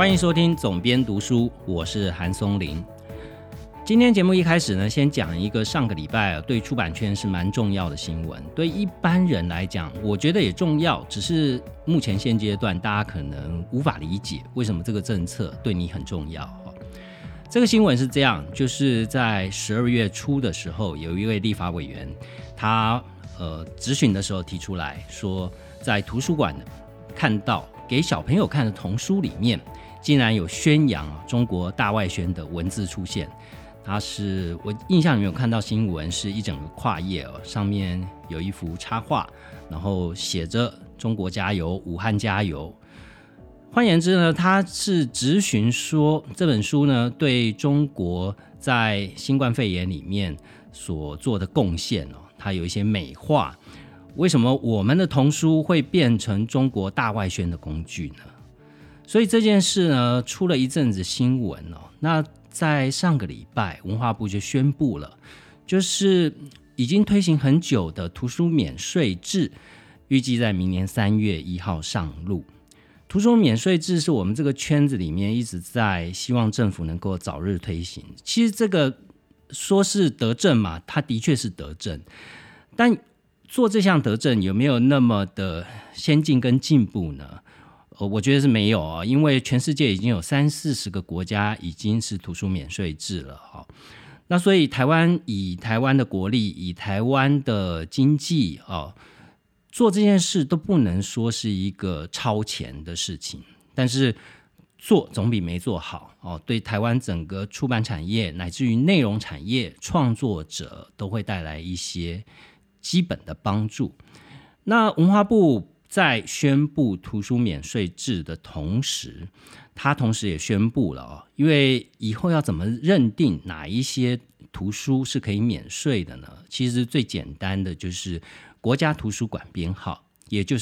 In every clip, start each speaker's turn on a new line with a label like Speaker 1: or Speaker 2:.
Speaker 1: 欢迎收听总编读书，我是韩松林。今天节目一开始呢，先讲一个上个礼拜对出版圈是蛮重要的新闻，对一般人来讲我觉得也重要，只是目前现阶段大家可能无法理解为什么这个政策对你很重要。这个新闻是这样，就是在12月初的时候，有一位立法委员他质询的时候提出来说，在图书馆看到给小朋友看的童书里面竟然有宣扬中国大外宣的文字出现。我印象里面有看到新闻是一整个跨页，上面有一幅插画，然后写着中国加油，武汉加油。换言之呢，他是质询说这本书呢对中国在新冠肺炎里面所做的贡献，它有一些美化。为什么我们的童书会变成中国大外宣的工具呢？所以这件事呢出了一阵子新闻。那在上个礼拜文化部就宣布了，就是已经推行很久的图书免税制预计在明年3月1号上路。图书免税制是我们这个圈子里面一直在希望政府能够早日推行。其实这个说是德政嘛，它的确是德政，但做这项德政有没有那么的先进跟进步呢？我觉得是没有，因为全世界已经有30-40个国家已经是图书免税制了。那所以以台湾的国力，以台湾的经济做这件事都不能说是一个超前的事情，但是做总比没做好，对台湾整个出版产业乃至于内容产业创作者都会带来一些基本的帮助。那文化部在宣布图书免税制的同时，他同时也宣布了，因为以后要怎么认定哪一些图书是可以免税的呢？其实最简单的就是国家图书馆编号，也就是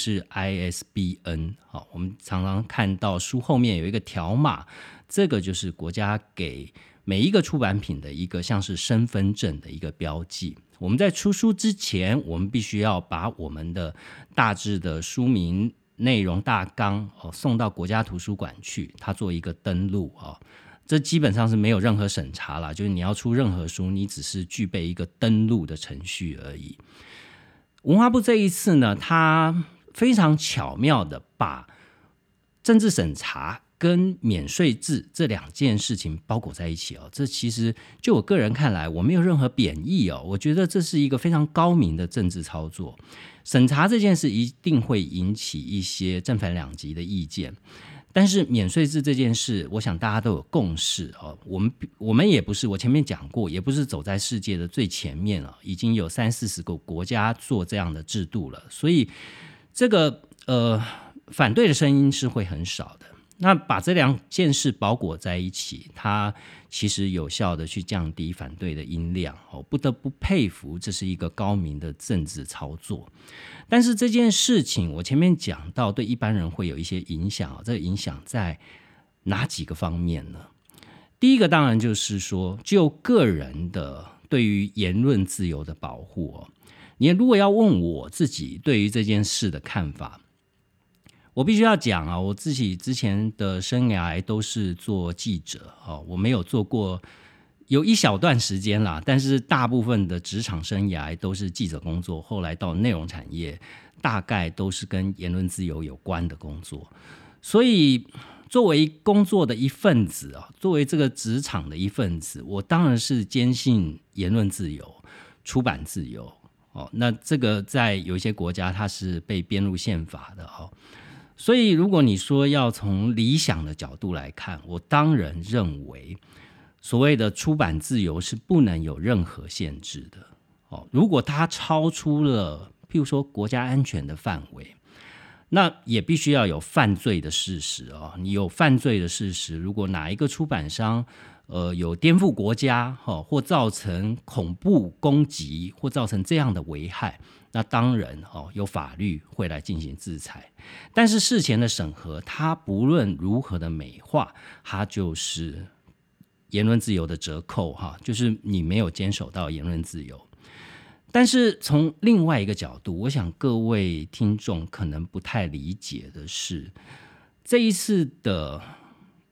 Speaker 1: ISBN。我们常常看到书后面有一个条码，这个就是国家给每一个出版品的一个像是身份证的一个标记。我们在出书之前，我们必须要把我们的大致的书名、内容大纲送到国家图书馆去，它做一个登录。这基本上是没有任何审查啦，就是你要出任何书，你只是具备一个登录的程序而已。文化部这一次呢，它非常巧妙的把政治审查跟免税制这两件事情包裹在一起。这其实就我个人看来，我没有任何贬义。我觉得这是一个非常高明的政治操作。审查这件事一定会引起一些正反两极的意见，但是免税制这件事，我想大家都有共识。我们也不是，我前面讲过，也不是走在世界的最前面了，已经有30-40个国家做这样的制度了，所以这个反对的声音是会很少的。那把这两件事包裹在一起，它其实有效的去降低反对的音量，不得不佩服，这是一个高明的政治操作。但是这件事情我前面讲到对一般人会有一些影响，这个影响在哪几个方面呢？第一个当然就是说，就个人的对于言论自由的保护。你如果要问我自己对于这件事的看法，我必须要讲我自己之前的生涯都是做记者，我没有做过，有一小段时间啦，但是大部分的职场生涯都是记者工作，后来到内容产业，大概都是跟言论自由有关的工作。所以作为工作的一份子，作为这个职场的一份子，我当然是坚信言论自由、出版自由。那这个在有一些国家它是被编入宪法的。所以如果你说要从理想的角度来看，我当然认为所谓的出版自由是不能有任何限制的。如果它超出了譬如说国家安全的范围，那也必须要有犯罪的事实。你有犯罪的事实，如果哪一个出版商有颠覆国家或造成恐怖攻击或造成这样的危害，那当然有法律会来进行制裁。但是事前的审核，它不论如何的美化，它就是言论自由的折扣，就是你没有坚守到言论自由。但是从另外一个角度，我想各位听众可能不太理解的是，这一次的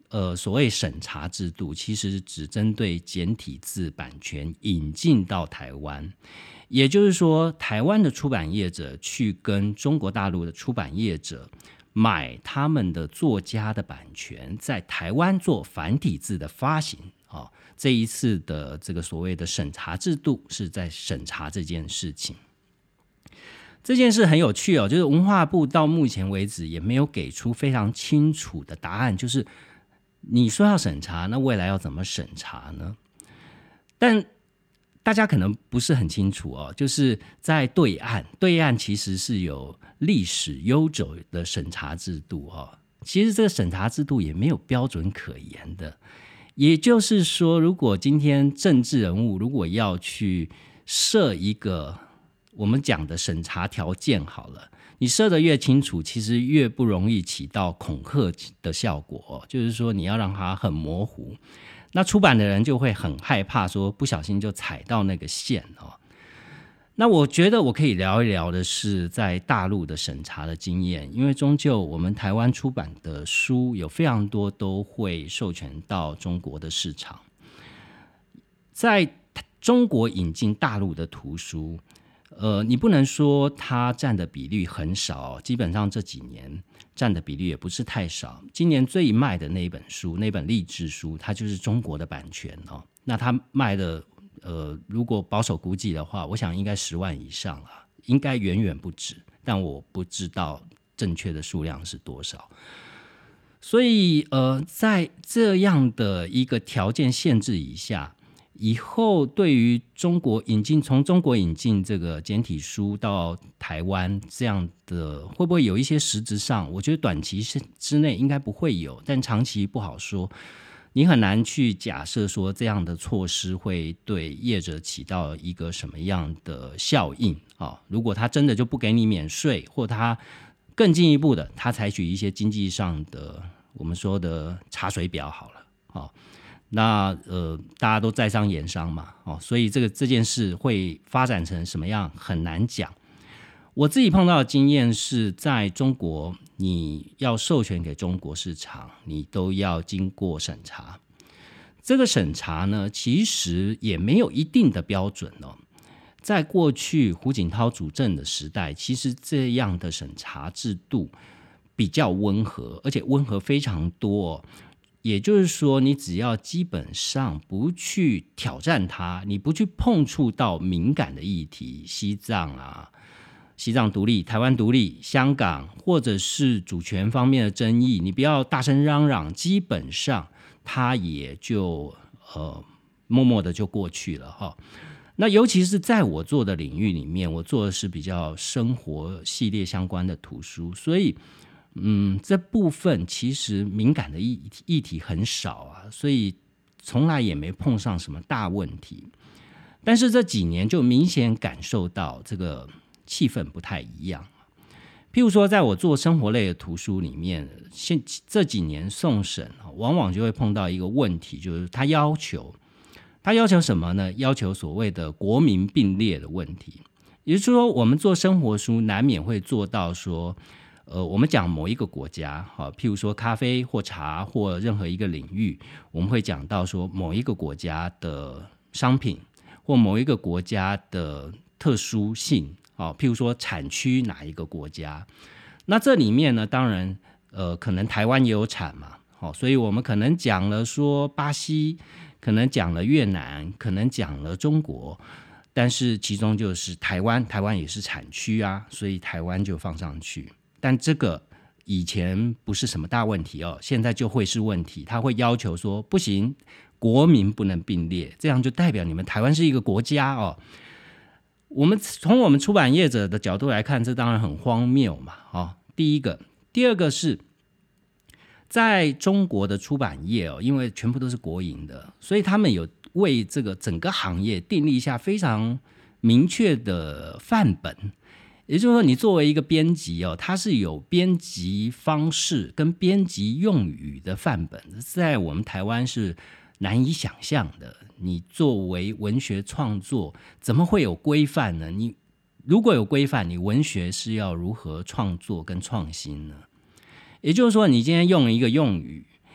Speaker 1: 所谓审查制度，其实只针对简体字版权引进到台湾，也就是说，台湾的出版业者去跟中国大陆的出版业者买他们的作家的版权，在台湾做繁体字的发行。这一次的这个所谓的审查制度是在审查这件事情。这件事很有趣就是文化部到目前为止也没有给出非常清楚的答案，就是你说要审查，那未来要怎么审查呢？但大家可能不是很清楚就是在对岸其实是有历史悠久的审查制度其实这个审查制度也没有标准可言的。也就是说，如果今天政治人物如果要去设一个我们讲的审查条件好了，你设得越清楚，其实越不容易起到恐吓的效果就是说你要让它很模糊，那出版的人就会很害怕说不小心就踩到那个线那我觉得我可以聊一聊的是在大陆的审查的经验，因为终究我们台湾出版的书有非常多都会授权到中国的市场，在中国引进大陆的图书你不能说它占的比率很少基本上这几年占的比率也不是太少。今年最卖的那一本书，那本励志书，它就是中国的版权那它卖的如果保守估计的话，我想应该10万以上应该远远不止，但我不知道正确的数量是多少。所以在这样的一个条件限制以下，以后对于中国引进，从中国引进这个简体书到台湾这样的，会不会有一些实质上，我觉得短期之内应该不会有，但长期不好说。你很难去假设说这样的措施会对业者起到一个什么样的效应如果他真的就不给你免税，或他更进一步的他采取一些经济上的我们说的查水表好了那大家都在商言商嘛所以这件事会发展成什么样很难讲。我自己碰到的经验是在中国，你要授权给中国市场，你都要经过审查。这个审查呢，其实也没有一定的标准在过去胡锦涛主政的时代，其实这样的审查制度比较温和，而且温和非常多也就是说，你只要基本上不去挑战它，你不去碰触到敏感的议题，西藏独立、台湾独立、香港或者是主权方面的争议，你不要大声嚷嚷，基本上它也就默默的就过去了那尤其是在我做的领域里面，我做的是比较生活系列相关的图书，所以这部分其实敏感的议题很少所以从来也没碰上什么大问题。但是这几年就明显感受到这个气氛不太一样。譬如说在我做生活类的图书里面，这几年送审往往就会碰到一个问题，就是他要求什么呢？要求所谓的国民并列的问题。也就是说我们做生活书难免会做到说我们讲某一个国家譬如说咖啡或茶或任何一个领域，我们会讲到说某一个国家的商品或某一个国家的特殊性譬如说产区哪一个国家。那这里面呢，当然可能台湾也有产嘛所以我们可能讲了说巴西，可能讲了越南，可能讲了中国，但是其中就是台湾也是产区所以台湾就放上去。但这个以前不是什么大问题现在就会是问题。他会要求说不行，国民不能并列，这样就代表你们台湾是一个国家我们从我们出版业者的角度来看，这当然很荒谬嘛第一个。第二个是在中国的出版业因为全部都是国营的，所以他们有为这个整个行业订立下非常明确的范本。也就是说你作为一个编辑它是有编辑方式跟编辑用语的范本，在我们台湾是难以想象的。你作为文学创作怎么会有规范呢？你如果有规范，你文学是要如何创作跟创新呢？也就是说你今天用一个用语，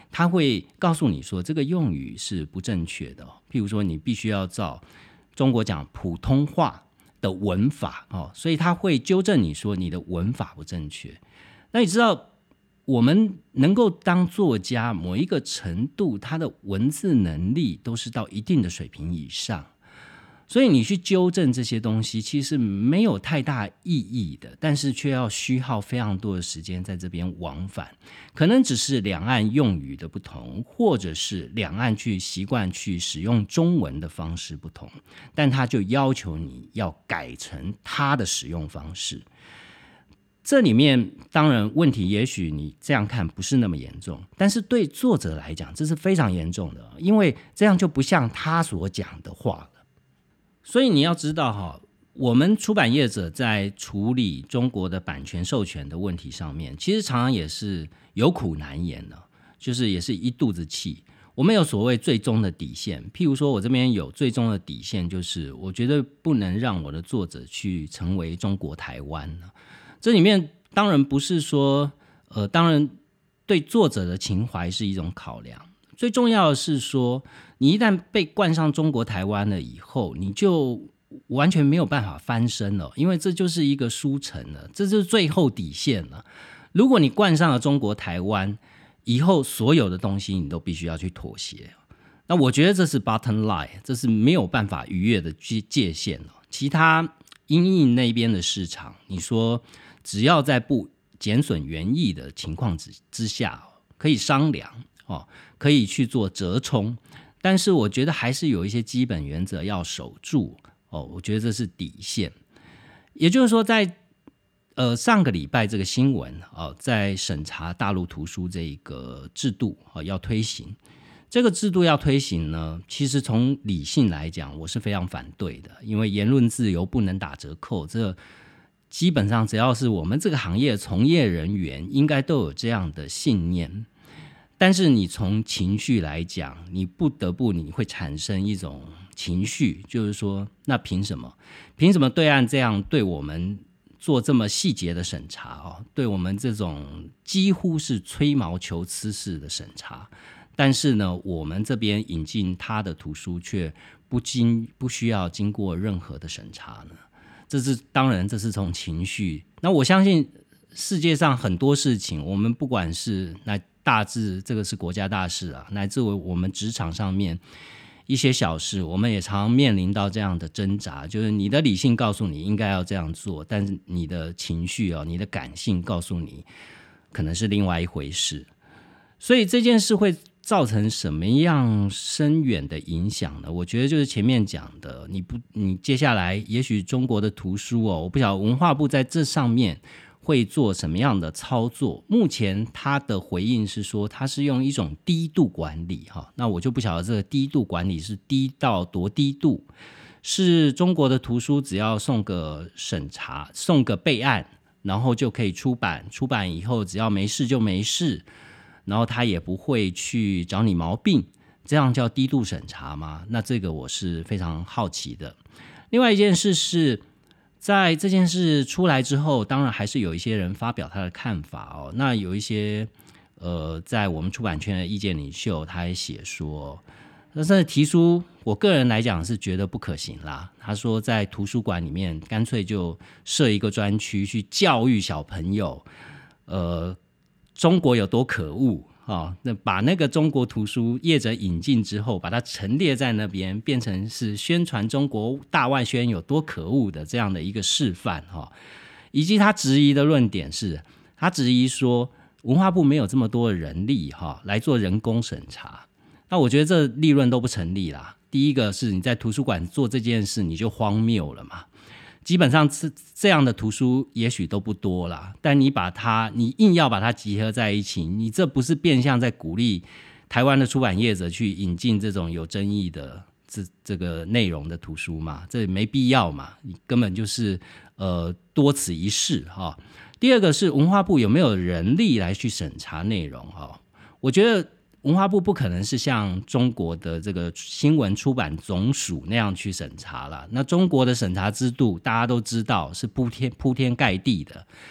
Speaker 1: 他会告诉你说这个用语是不正确的，譬如说你必须要照中国讲普通话的文法，所以他会纠正你说你的文法不正确。那你知道我们能够当作家，某一个程度他的文字能力都是到一定的水平以上，所以你去纠正这些东西其实没有太大意义的，但是却要虚耗非常多的时间在这边往返，可能只是两岸用语的不同，或者是两岸去习惯去使用中文的方式不同，但他就要求你要改成他的使用方式。这里面当然问题也许你这样看不是那么严重，但是对作者来讲这是非常严重的，因为这样就不像他所讲的话了。所以你要知道我们出版业者在处理中国的版权授权的问题上面，其实常常也是有苦难言的，就是也是一肚子气。我们有所谓最终的底线，譬如说我这边有最终的底线，就是我觉得不能让我的作者去成为中国台湾。这里面当然不是说当然对作者的情怀是一种考量，最重要的是说你一旦被冠上中国台湾了以后，你就完全没有办法翻身了，因为这就是一个书城了，这就是最后底线了。如果你冠上了中国台湾以后，所有的东西你都必须要去妥协，那我觉得这是 bottom line， 这是没有办法逾越的界限了。其他因应那边的市场，你说只要在不减损原意的情况之下，可以商量可以去做折冲，但是我觉得还是有一些基本原则要守住我觉得这是底线。也就是说在上个礼拜这个新闻在审查大陆图书这个制度要推行，这个制度要推行呢，其实从理性来讲我是非常反对的，因为言论自由不能打折扣，这基本上只要是我们这个行业的从业人员应该都有这样的信念。但是你从情绪来讲，你不得不你会产生一种情绪，就是说那凭什么对岸这样对我们做这么细节的审查对我们这种几乎是吹毛求疵式的审查，但是呢我们这边引进他的图书却不需要经过任何的审查呢？当然这是从情绪。那我相信世界上很多事情，我们不管是大致这个是国家大事乃至我们职场上面一些小事，我们也常面临到这样的挣扎，就是你的理性告诉你应该要这样做，但是你的情绪你的感性告诉你可能是另外一回事。所以这件事会造成什么样深远的影响呢？我觉得就是前面讲的，你接下来也许中国的图书我不晓得文化部在这上面会做什么样的操作。目前他的回应是说他是用一种低度管理那我就不晓得这个低度管理是低到多低度，是中国的图书只要送个审查送个备案然后就可以出版以后只要没事就没事，然后他也不会去找你毛病，这样叫低度审查吗？那这个我是非常好奇的。另外一件事是在这件事出来之后，当然还是有一些人发表他的看法那有一些在我们出版圈的意见领袖他也写说，但是提出我个人来讲是觉得不可行啦。他说在图书馆里面干脆就设一个专区去教育小朋友中国有多可恶那把那个中国图书业者引进之后，把它陈列在那边，变成是宣传中国大外宣有多可恶的这样的一个示范以及他质疑的论点是，他质疑说文化部没有这么多的人力来做人工审查。那我觉得这立论都不成立啦。第一个是你在图书馆做这件事你就荒谬了嘛，基本上这样的图书也许都不多啦，但你硬要把它集合在一起，你这不是变相在鼓励台湾的出版业者去引进这种有争议的这个内容的图书嘛？这没必要嘛，你根本就是多此一试第二个是文化部有没有人力来去审查内容我觉得文化部不可能是像中国的这个新闻出版总署那样去审查了，那中国的审查制度大家都知道是铺天盖地的，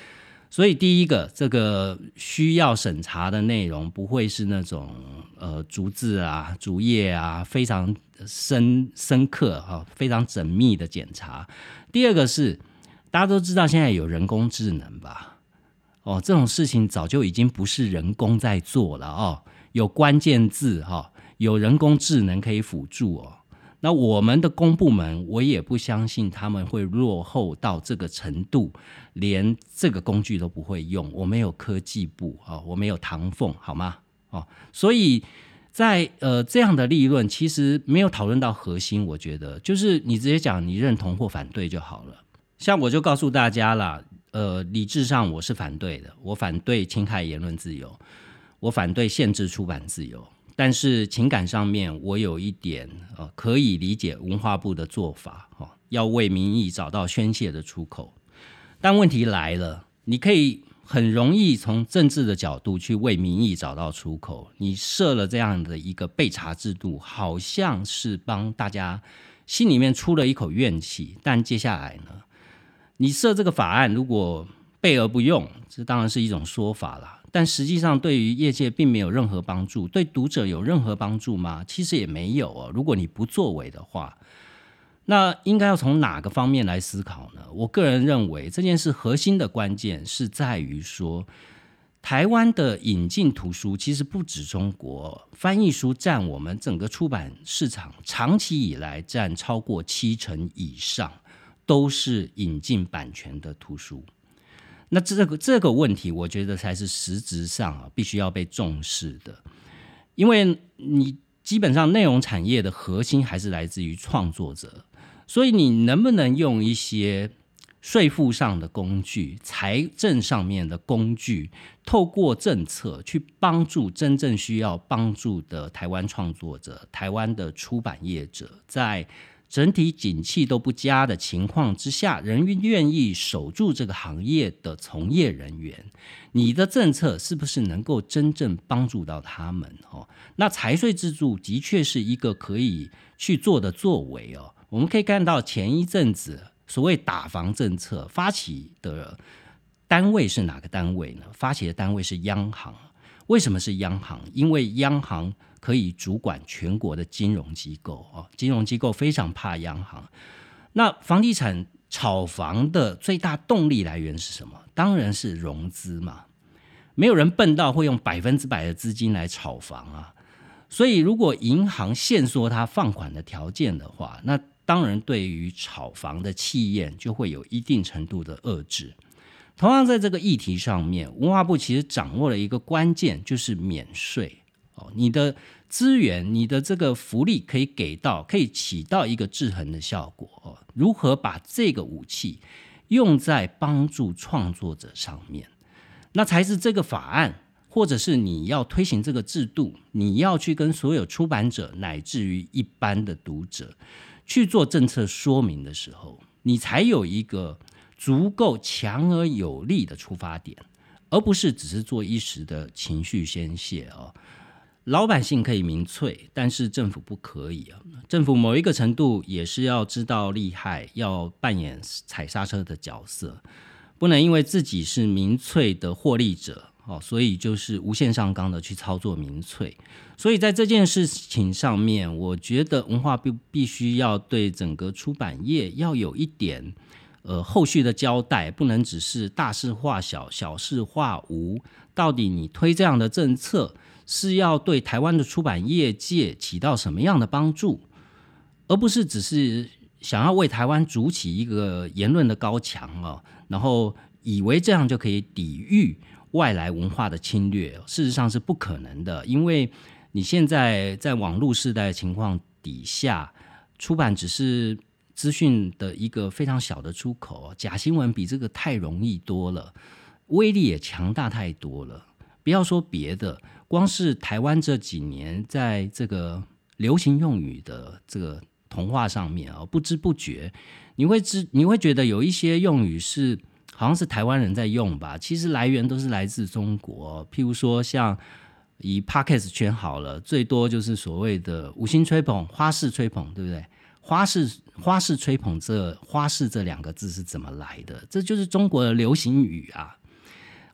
Speaker 1: 所以第一个，这个需要审查的内容不会是那种逐字啊、逐页啊非常深刻啊、非常缜密的检查。第二个是大家都知道现在有人工智能吧？这种事情早就已经不是人工在做了有关键字有人工智能可以辅助那我们的公部门，我也不相信他们会落后到这个程度，连这个工具都不会用。我们有科技部我们有唐凤，好吗？所以在这样的立论其实没有讨论到核心，我觉得就是你直接讲你认同或反对就好了。像我就告诉大家啦，理智上我是反对的，我反对侵害言论自由，我反对限制出版自由。但是情感上面我有一点可以理解文化部的做法要为民意找到宣泄的出口。但问题来了，你可以很容易从政治的角度去为民意找到出口，你设了这样的一个备查制度，好像是帮大家心里面出了一口怨气。但接下来呢，你设这个法案如果备而不用，这当然是一种说法啦，但实际上对于业界并没有任何帮助，对读者有任何帮助吗？其实也没有如果你不作为的话，那应该要从哪个方面来思考呢？我个人认为这件事核心的关键是在于说，台湾的引进图书其实不止中国，翻译书占我们整个出版市场长期以来占超过70%以上，都是引进版权的图书。那这个问题我觉得才是实质上必须要被重视的，因为你基本上内容产业的核心还是来自于创作者，所以你能不能用一些税负上的工具、财政上面的工具，透过政策去帮助真正需要帮助的台湾创作者、台湾的出版业者，在整体景气都不佳的情况之下，仍愿意守住这个行业的从业人员，你的政策是不是能够真正帮助到他们那财税制度的确是一个可以去做的作为我们可以看到前一阵子所谓打房政策发起的单位是哪个单位呢？发起的单位是央行。为什么是央行？因为央行可以主管全国的金融机构金融机构非常怕央行。那房地产炒房的最大动力来源是什么？当然是融资嘛，没有人笨到会用100%的资金来炒房所以如果银行限缩它放款的条件的话，那当然对于炒房的企业就会有一定程度的遏制。同样在这个议题上面，文化部其实掌握了一个关键，就是免税你的资源、你的这个福利可以起到一个制衡的效果如何把这个武器用在帮助创作者上面，那才是这个法案或者是你要推行这个制度，你要去跟所有出版者乃至于一般的读者去做政策说明的时候，你才有一个足够强而有力的出发点，而不是只是做一时的情绪宣泄老百姓可以民粹，但是政府不可以政府某一个程度也是要知道利害，要扮演踩刹车的角色，不能因为自己是民粹的获利者所以就是无限上纲的去操作民粹。所以在这件事情上面，我觉得文化部必须要对整个出版业要有一点后续的交代，不能只是大事化小，小事化无。到底你推这样的政策是要对台湾的出版业界起到什么样的帮助，而不是只是想要为台湾筑起一个言论的高墙然后以为这样就可以抵御外来文化的侵略。事实上是不可能的，因为你现在在网络时代的情况底下，出版只是资讯的一个非常小的出口假新闻比这个太容易多了，威力也强大太多了。不要说别的，光是台湾这几年在这个流行用语的这个同化上面不知不觉你会觉得有一些用语是好像是台湾人在用吧，其实来源都是来自中国譬如说像以 Podcast 圈好了，最多就是所谓的五星吹捧、花式吹捧，对不对？花式吹捧花式这2个字是怎么来的？这就是中国的流行语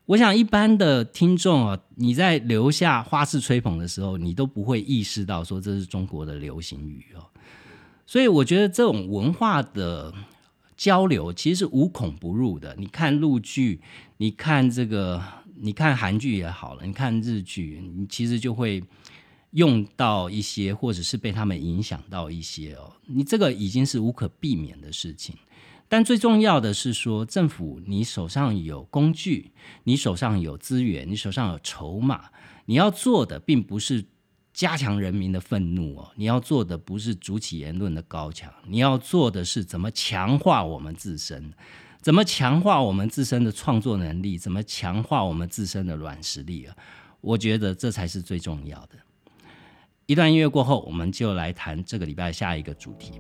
Speaker 1: 我想一般的听众啊，你在留下花式吹捧的时候，你都不会意识到说这是中国的流行语哦。所以我觉得这种文化的交流其实是无孔不入的。你看陆剧，你看韩剧也好了，你看日剧，你其实就会用到一些，或者是被他们影响到一些哦。你这个已经是无可避免的事情。但最重要的是说，政府你手上有工具，你手上有资源，你手上有筹码，你要做的并不是加强人民的愤怒哦，你要做的不是主起言论的高墙，你要做的是怎么强化我们自身，怎么强化我们自身的创作能力，怎么强化我们自身的软实力啊？我觉得这才是最重要的。一段音乐过后，我们就来谈这个礼拜下一个主题。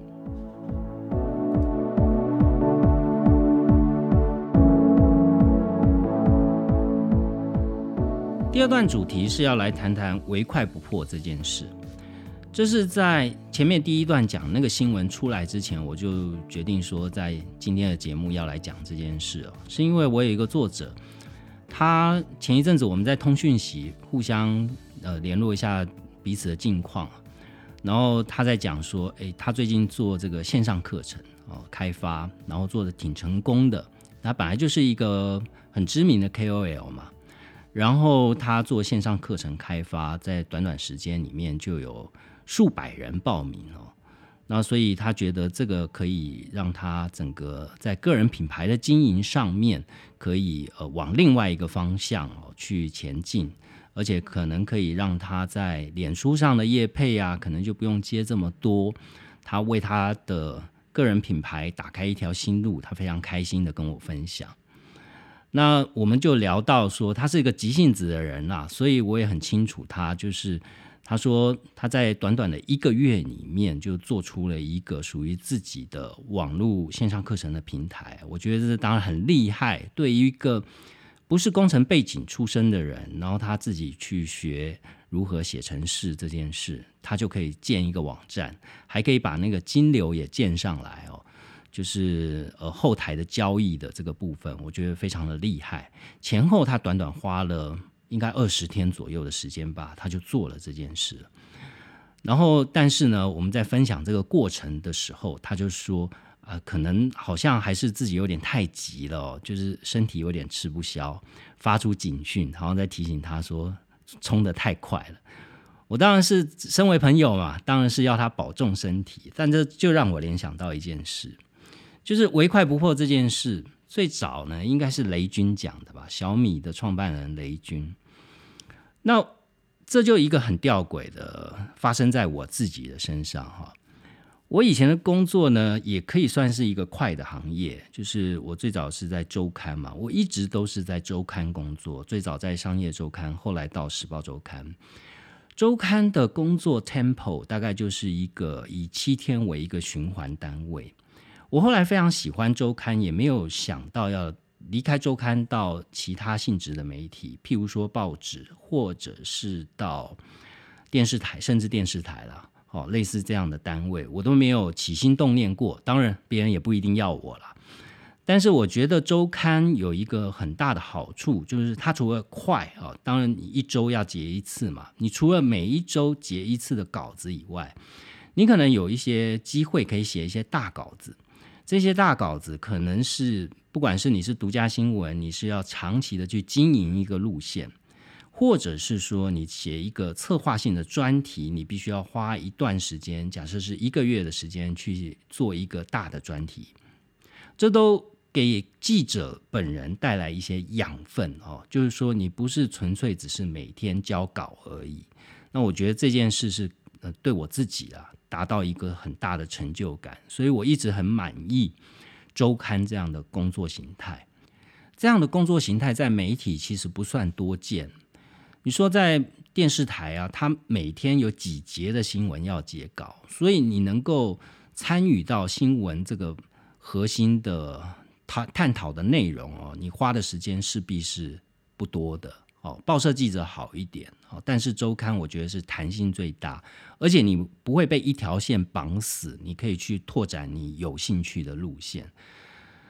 Speaker 1: 第二段主题是要来谈谈唯快不破这件事。这是在前面第一段讲那个新闻出来之前，我就决定说在今天的节目要来讲这件事哦，是因为我有一个作者，他前一阵子我们在通讯息互相联络一下彼此的近况，然后他在讲说，他最近做这个线上课程开发，然后做的挺成功的。他本来就是一个很知名的 KOL 嘛。然后他做线上课程开发，在短短时间里面就有数百人报名哦。那所以他觉得这个可以让他整个在个人品牌的经营上面可以往另外一个方向去前进，而且可能可以让他在脸书上的业配啊，可能就不用接这么多。他为他的个人品牌打开一条新路，他非常开心的跟我分享。那我们就聊到说他是一个急性子的人啦，所以我也很清楚他，就是他说他在短短的1个月里面就做出了一个属于自己的网络线上课程的平台。我觉得这当然很厉害，对于一个不是工程背景出身的人，然后他自己去学如何写程式这件事，他就可以建一个网站，还可以把那个金流也建上来哦。就是后台的交易的这个部分，我觉得非常的厉害。前后他短短花了应该20天左右的时间吧，他就做了这件事。然后，但是呢，我们在分享这个过程的时候，他就说，可能好像还是自己有点太急了哦，就是身体有点吃不消，发出警讯，好像在提醒他说，冲得太快了。我当然是身为朋友嘛，当然是要他保重身体，但这就让我联想到一件事。就是唯快不破这件事，最早呢应该是雷军讲的吧，小米的创办人雷军。那这就一个很吊诡的发生在我自己的身上哈。我以前的工作呢，也可以算是一个快的行业，就是我最早是在周刊嘛，我一直都是在周刊工作，最早在商业周刊，后来到时报周刊。周刊的工作 tempo 大概就是一个以7天为一个循环单位。我后来非常喜欢周刊，也没有想到要离开周刊到其他性质的媒体，譬如说报纸，或者是到电视台，甚至电视台啦，类似这样的单位，我都没有起心动念过。当然，别人也不一定要我啦。但是我觉得周刊有一个很大的好处，就是它除了快当然你1周要截一次嘛，你除了每1周截一次的稿子以外，你可能有一些机会可以写一些大稿子。这些大稿子可能是不管是你是独家新闻，你是要长期的去经营一个路线，或者是说你写一个策划性的专题，你必须要花一段时间，假设是1个月的时间去做一个大的专题，这都给记者本人带来一些养分就是说你不是纯粹只是每天交稿而已。那我觉得这件事是对我自己达到一个很大的成就感，所以我一直很满意周刊这样的工作形态。这样的工作形态在媒体其实不算多见。你说在电视台它每天有几节的新闻要截稿，所以你能够参与到新闻这个核心的探讨的内容你花的时间势必是不多的。报社记者好一点，但是周刊我觉得是弹性最大，而且你不会被一条线绑死，你可以去拓展你有兴趣的路线。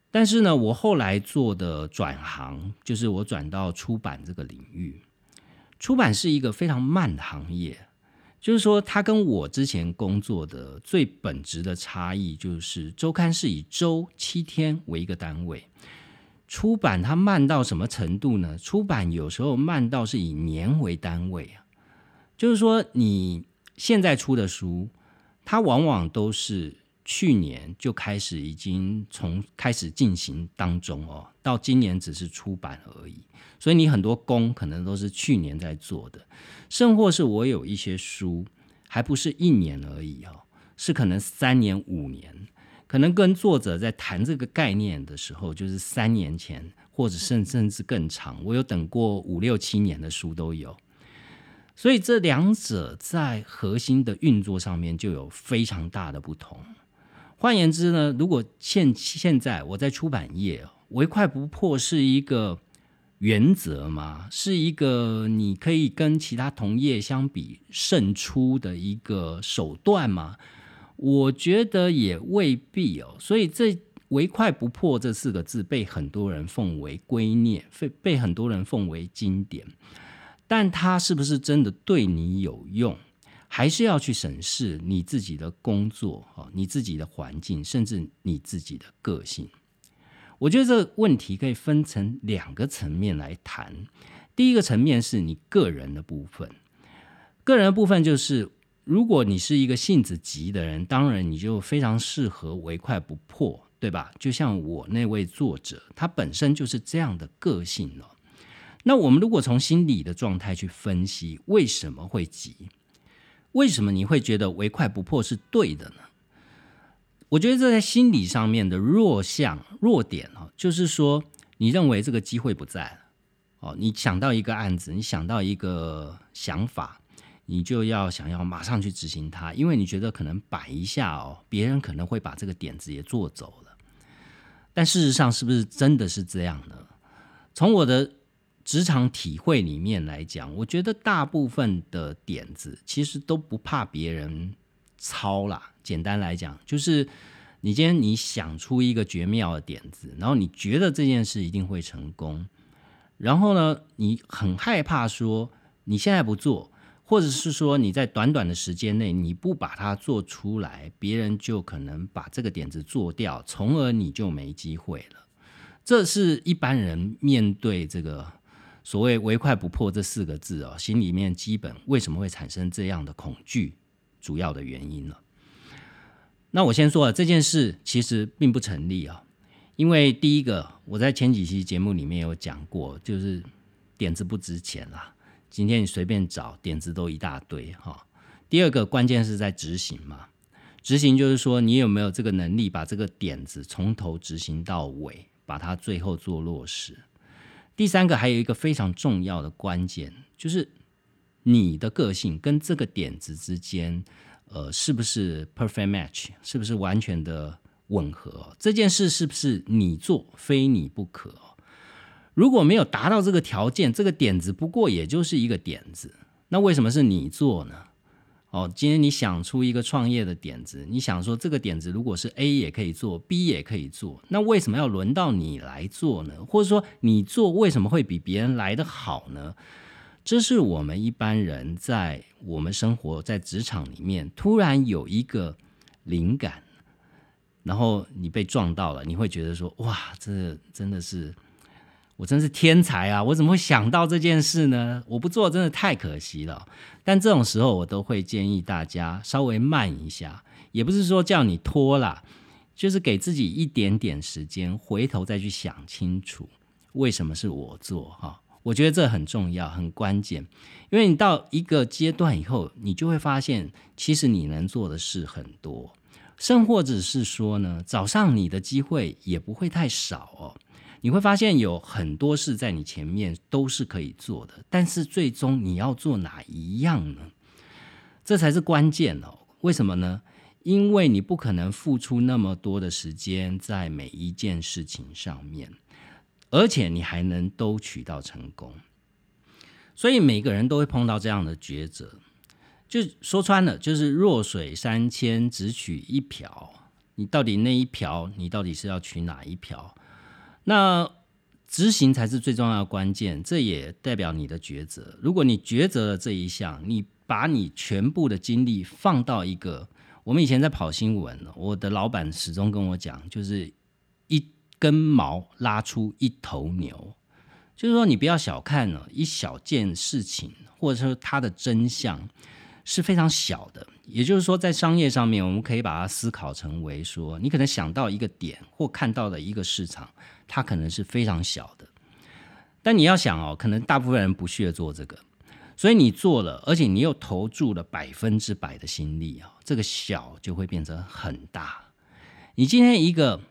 Speaker 1: 但是呢，我后来做的转行，就是我转到出版这个领域。出版是一个非常慢的行业，就是说它跟我之前工作的最本质的差异，就是周刊是以周7天为一个单位，出版它慢到什么程度呢？出版有时候慢到是以年为单位啊，就是说你现在出的书，它往往都是去年就已经开始进行当中哦，到今年只是出版而已，所以你很多工可能都是去年在做的，甚或是我有一些书还不是1年而已哦，是可能3年5年，可能跟作者在谈这个概念的时候，就是3年前，或者甚至更长，我有等过5、6、7年的书都有。所以这两者在核心的运作上面就有非常大的不同。换言之呢，如果现在我在出版业，唯快不破是一个原则吗？是一个你可以跟其他同业相比胜出的一个手段吗？我觉得也未必哦。所以这唯快不破这4个字被很多人奉为圭臬，被很多人奉为经典，但它是不是真的对你有用，还是要去审视你自己的工作、你自己的环境，甚至你自己的个性。我觉得这个问题可以分成2个层面来谈。第一个层面是你个人的部分，个人的部分就是如果你是一个性子急的人，当然你就非常适合唯快不破，对吧？就像我那位作者，他本身就是这样的个性哦。那我们如果从心理的状态去分析，为什么会急？为什么你会觉得唯快不破是对的呢？我觉得这在心理上面的弱点，就是说你认为这个机会不在了，你想到一个案子，你想到一个想法，你就想要马上去执行它，因为你觉得可能摆一下别人可能会把这个点子也做走了。但事实上是不是真的是这样呢？从我的职场体会里面来讲，我觉得大部分的点子其实都不怕别人抄啦。简单来讲，就是你今天你想出一个绝妙的点子，然后你觉得这件事一定会成功，然后呢，你很害怕说你现在不做，或者是说你在短短的时间内你不把它做出来，别人就可能把这个点子做掉，从而你就没机会了。这是一般人面对这个所谓唯快不破这4个字心里面基本为什么会产生这样的恐惧主要的原因了。那我先说了，这件事其实并不成立因为第一个，我在前几期节目里面有讲过，就是点子不值钱啦，今天你随便找点子都一大堆第二个，关键是在执行嘛，执行就是说你有没有这个能力把这个点子从头执行到尾，把它最后做落实。第三个，还有一个非常重要的关键，就是你的个性跟这个点子之间是不是 perfect match， 是不是完全的吻合这件事是不是你做非你不可如果没有达到这个条件，这个点子不过也就是一个点子，那为什么是你做呢？今天你想出一个创业的点子，你想说这个点子如果是 A 也可以做， B 也可以做，那为什么要轮到你来做呢？或者说你做为什么会比别人来得好呢？这是我们一般人在我们生活在职场里面突然有一个灵感，然后你被撞到了，你会觉得说哇，这真的是我真是天才啊，我怎么会想到这件事呢？我不做真的太可惜了。但这种时候我都会建议大家稍微慢一下，也不是说叫你拖啦，就是给自己一点点时间，回头再去想清楚为什么是我做我觉得这很重要，很关键。因为你到一个阶段以后，你就会发现其实你能做的事很多，甚或者是说呢，找上你的机会也不会太少你会发现有很多事在你前面都是可以做的，但是最终你要做哪一样呢？这才是关键为什么呢？因为你不可能付出那么多的时间在每一件事情上面，而且你还能都取到成功。所以每个人都会碰到这样的抉择，就说穿了就是弱水三千只取一瓢，你到底那一瓢你到底是要取哪一瓢？ 那执行才是最重要的关键，这也代表你的抉择。如果你抉择了这一项，你把你全部的精力放到一个，我们以前在跑新闻，我的老板始终跟我讲，就是一根毛拉出一头牛，就是说你不要小看了一小件事情，或者说它的真相是非常小的。也就是说，在商业上面，我们可以把它思考成为说，你可能想到一个点或看到的一个市场，它可能是非常小的，但你要想可能大部分人不屑做这个，所以你做了，而且你又投注了100%的心力，这个小就会变成很大。你今天一个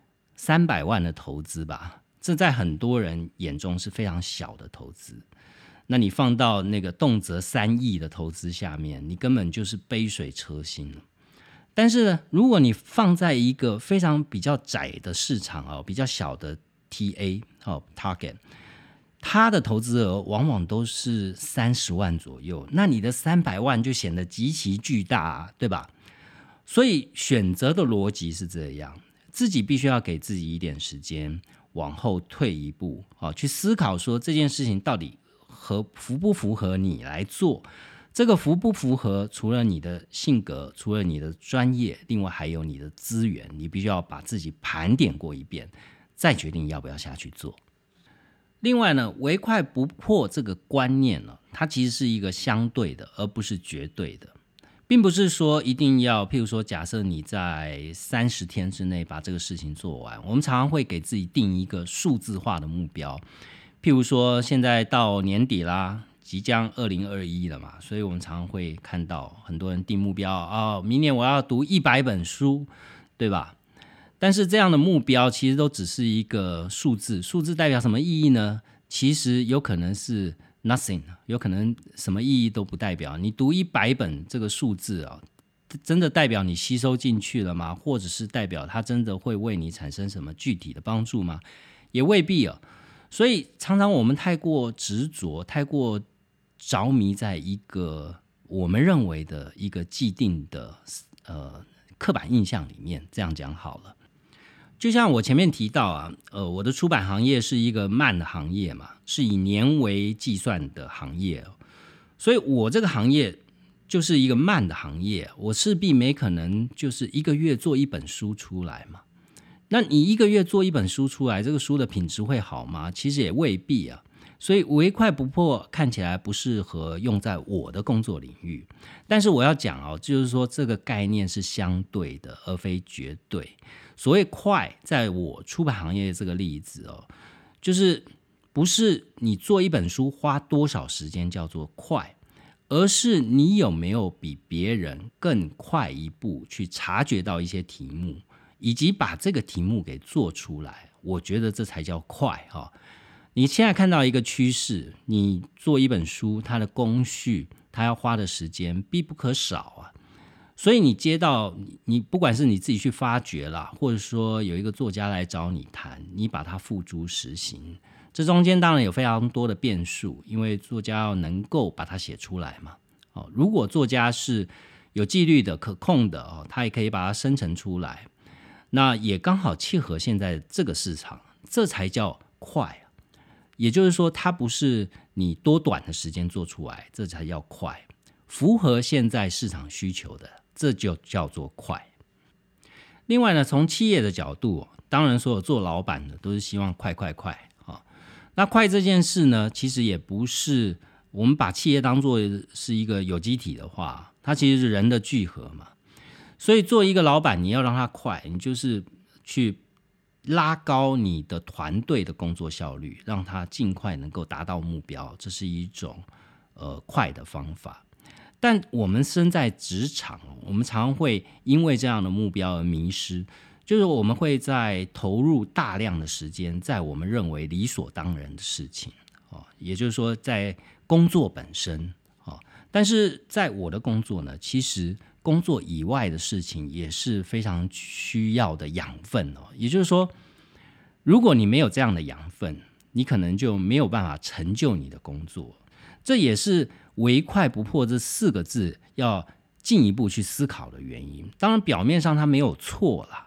Speaker 1: 300万的投资吧，这在很多人眼中是非常小的投资。那你放到那个动辄3亿的投资下面，你根本就是杯水车薪了。但是呢，如果你放在一个非常比较窄的市场，比较小的 TA target， 它的投资额往往都是30万左右，那你的300万就显得极其巨大，对吧？所以选择的逻辑是这样，自己必须要给自己一点时间，往后退一步，去思考说这件事情到底符不符合你来做。这个符不符合，除了你的性格，除了你的专业，另外还有你的资源，你必须要把自己盘点过一遍，再决定要不要下去做。另外呢，唯快不破这个观念呢，它其实是一个相对的，而不是绝对的，并不是说一定要，譬如说假设你在30天之内把这个事情做完，我们常常会给自己定一个数字化的目标，譬如说现在到年底啦，即将2021了嘛，所以我们常常会看到很多人定目标，明年我要读100本书，对吧？但是这样的目标其实都只是一个数字，数字代表什么意义呢？其实有可能是 nothing， 有可能什么意义都不代表。你读100本这个数字真的代表你吸收进去了吗？或者是代表它真的会为你产生什么具体的帮助吗？也未必。所以常常我们太过执着，太过着迷在一个我们认为的一个既定的刻板印象里面，这样讲好了。就像我前面提到我的出版行业是一个慢的行业嘛，是以年为计算的行业，所以我这个行业就是一个慢的行业，我势必没可能就是1个月做1本书出来嘛。那你1个月做1本书出来，这个书的品质会好吗？其实也未必所以唯快不破看起来不适合用在我的工作领域，但是我要讲就是说这个概念是相对的，而非绝对。所谓快，在我出版行业这个例子就是不是你做1本书花多少时间叫做快，而是你有没有比别人更快一步去察觉到一些题目，以及把这个题目给做出来，我觉得这才叫快你现在看到一个趋势，你做1本书，它的工序，它要花的时间必不可少所以你接到你不管是你自己去发掘啦，或者说有一个作家来找你谈，你把它付诸实行，这中间当然有非常多的变数，因为作家要能够把它写出来嘛如果作家是有纪律的、可控的他也可以把它生成出来，那也刚好契合现在这个市场，这才叫快也就是说，它不是你多短的时间做出来，这才叫快。符合现在市场需求的，这就叫做快。另外呢，从企业的角度，当然所有做老板的都是希望快快快那快这件事呢，其实也不是我们把企业当作是一个有机体的话，它其实是人的聚合嘛。所以做一个老板，你要让它快，你就是去拉高你的团队的工作效率，让它尽快能够达到目标，这是一种快的方法。但我们身在职场，我们常会因为这样的目标而迷失，就是我们会在投入大量的时间在我们认为理所当然的事情也就是说在工作本身但是在我的工作呢，其实工作以外的事情也是非常需要的养分也就是说，如果你没有这样的养分，你可能就没有办法成就你的工作。这也是唯快不破这4个字要进一步去思考的原因。当然表面上它没有错啦，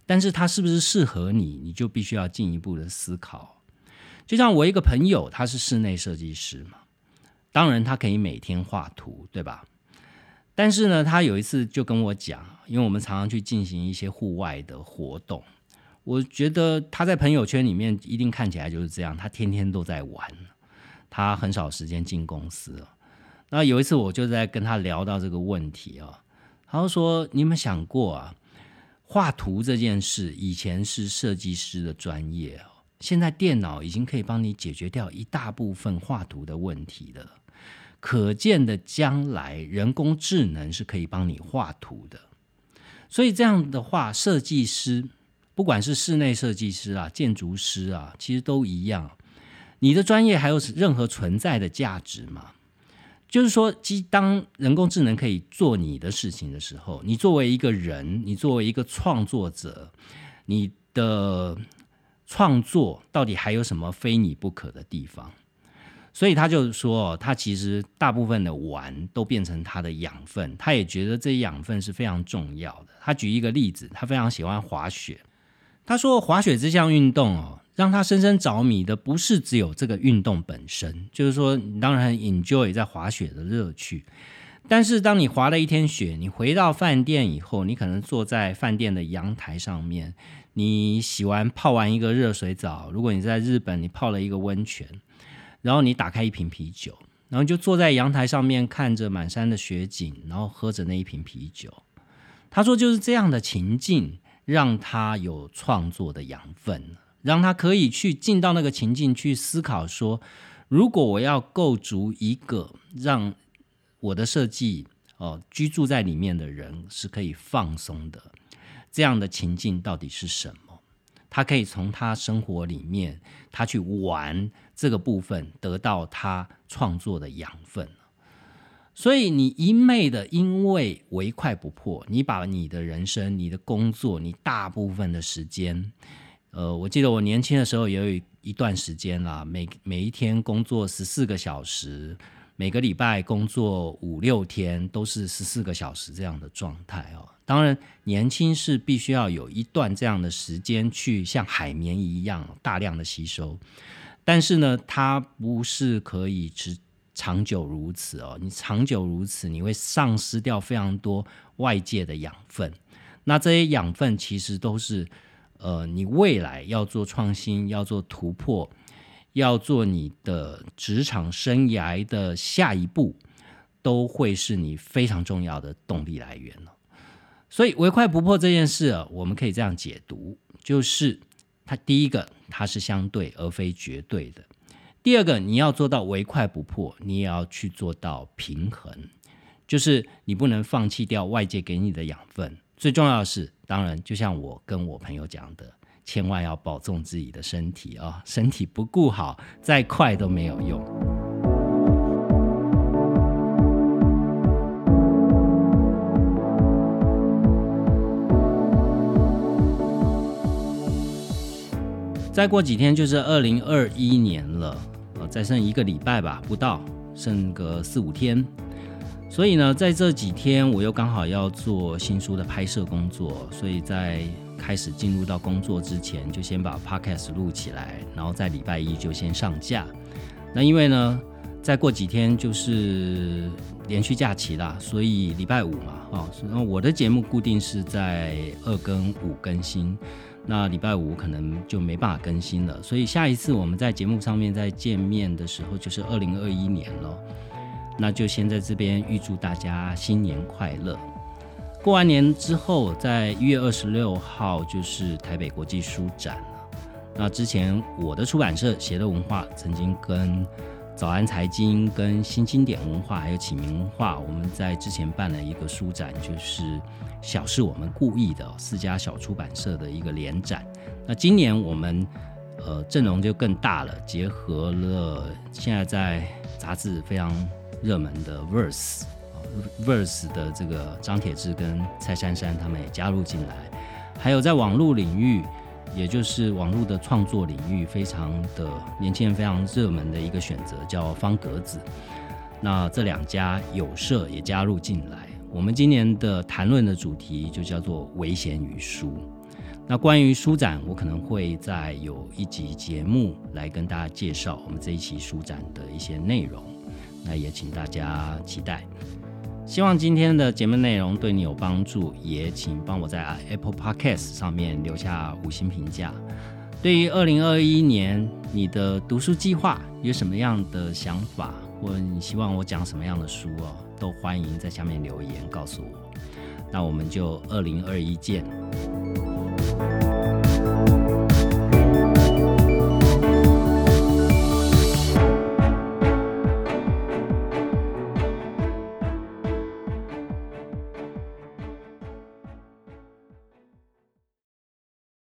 Speaker 1: 但是它是不是适合你，你就必须要进一步的思考。就像我一个朋友，他是室内设计师嘛，当然他可以每天画图，对吧？但是呢，他有一次就跟我讲，因为我们常常去进行一些户外的活动，我觉得他在朋友圈里面一定看起来就是这样，他天天都在玩，他很少时间进公司。那有一次我就在跟他聊到这个问题啊，他就说：“你有没有想过啊，画图这件事以前是设计师的专业，现在电脑已经可以帮你解决掉一大部分画图的问题了。可见的将来，人工智能是可以帮你画图的。所以这样的话，设计师不管是室内设计师啊、建筑师啊，其实都一样。你的专业还有任何存在的价值吗？就是说，当人工智能可以做你的事情的时候，你作为一个人，你作为一个创作者，你的创作到底还有什么非你不可的地方？所以他就说，他其实大部分的玩都变成他的养分，他也觉得这些养分是非常重要的。他举一个例子，他非常喜欢滑雪。他说滑雪这项运动让他深深着迷的不是只有这个运动本身，就是说你当然很 enjoy 在滑雪的乐趣，但是当你滑了一天雪，你回到饭店以后，你可能坐在饭店的阳台上面，你泡完一个热水澡，如果你在日本你泡了一个温泉，然后你打开一瓶啤酒，然后就坐在阳台上面看着满山的雪景，然后喝着那一瓶啤酒。他说就是这样的情境让他有创作的养分，让他可以去进到那个情境去思考说，如果我要构筑一个让我的设计居住在里面的人是可以放松的，这样的情境到底是什么？他可以从他生活里面他去玩这个部分得到他创作的养分。所以你一昧的因为唯快不破，你把你的人生、你的工作、你大部分的时间，我记得我年轻的时候也有一段时间啦，每一天工作14个小时，每个礼拜工作5-6天，都是14个小时这样的状态当然，年轻是必须要有一段这样的时间去像海绵一样大量的吸收，但是呢，它不是可以长久如此你长久如此，你会丧失掉非常多外界的养分。那这些养分其实都是你未来要做创新、要做突破、要做你的职场生涯的下一步，都会是你非常重要的动力来源所以唯快不破这件事我们可以这样解读，就是第一个，它是相对而非绝对的。第二个，你要做到唯快不破，你也要去做到平衡，就是你不能放弃掉外界给你的养分。最重要的是，当然就像我跟我朋友讲的，千万要保重自己的身体身体不顾好，再快都没有用。再过几天就是2021年了，再剩1个礼拜吧，不到，剩个4-5天。所以呢，在这几天我又刚好要做新书的拍摄工作，所以在开始进入到工作之前，就先把 podcast 录起来，然后在礼拜1就先上架。那因为呢，再过几天就是连续假期啦，所以礼拜5嘛，那我的节目固定是在2跟5更新。那礼拜5可能就没办法更新了，所以下一次我们在节目上面再见面的时候就是2021年了。那就先在这边预祝大家新年快乐。过完年之后，在1月26号就是台北国际书展了。那之前我的出版社协乐文化曾经跟早安财经、跟新经典文化还有启明文化，我们在之前办了一个书展，就是小是我们故意的4家小出版社的一个联展。那今年我们阵容就更大了，结合了现在在杂志非常热门的 Verse 的这个张铁志跟蔡珊珊他们也加入进来，还有在网络领域，也就是网络的创作领域非常的年轻人非常热门的一个选择叫方格子。那这2家友社也加入进来，我们今年的谈论的主题就叫做危险与书。 那关于书展，我可能会再有一集节目来跟大家介绍我们这一期书展的一些内容，那也请大家期待。希望今天的节目内容对你有帮助，也请帮我在 Apple Podcast 上面留下5星评价。对于2021年你的读书计划有什么样的想法，或者你希望我讲什么样的书都欢迎在下面留言告诉我。那我们就2021见。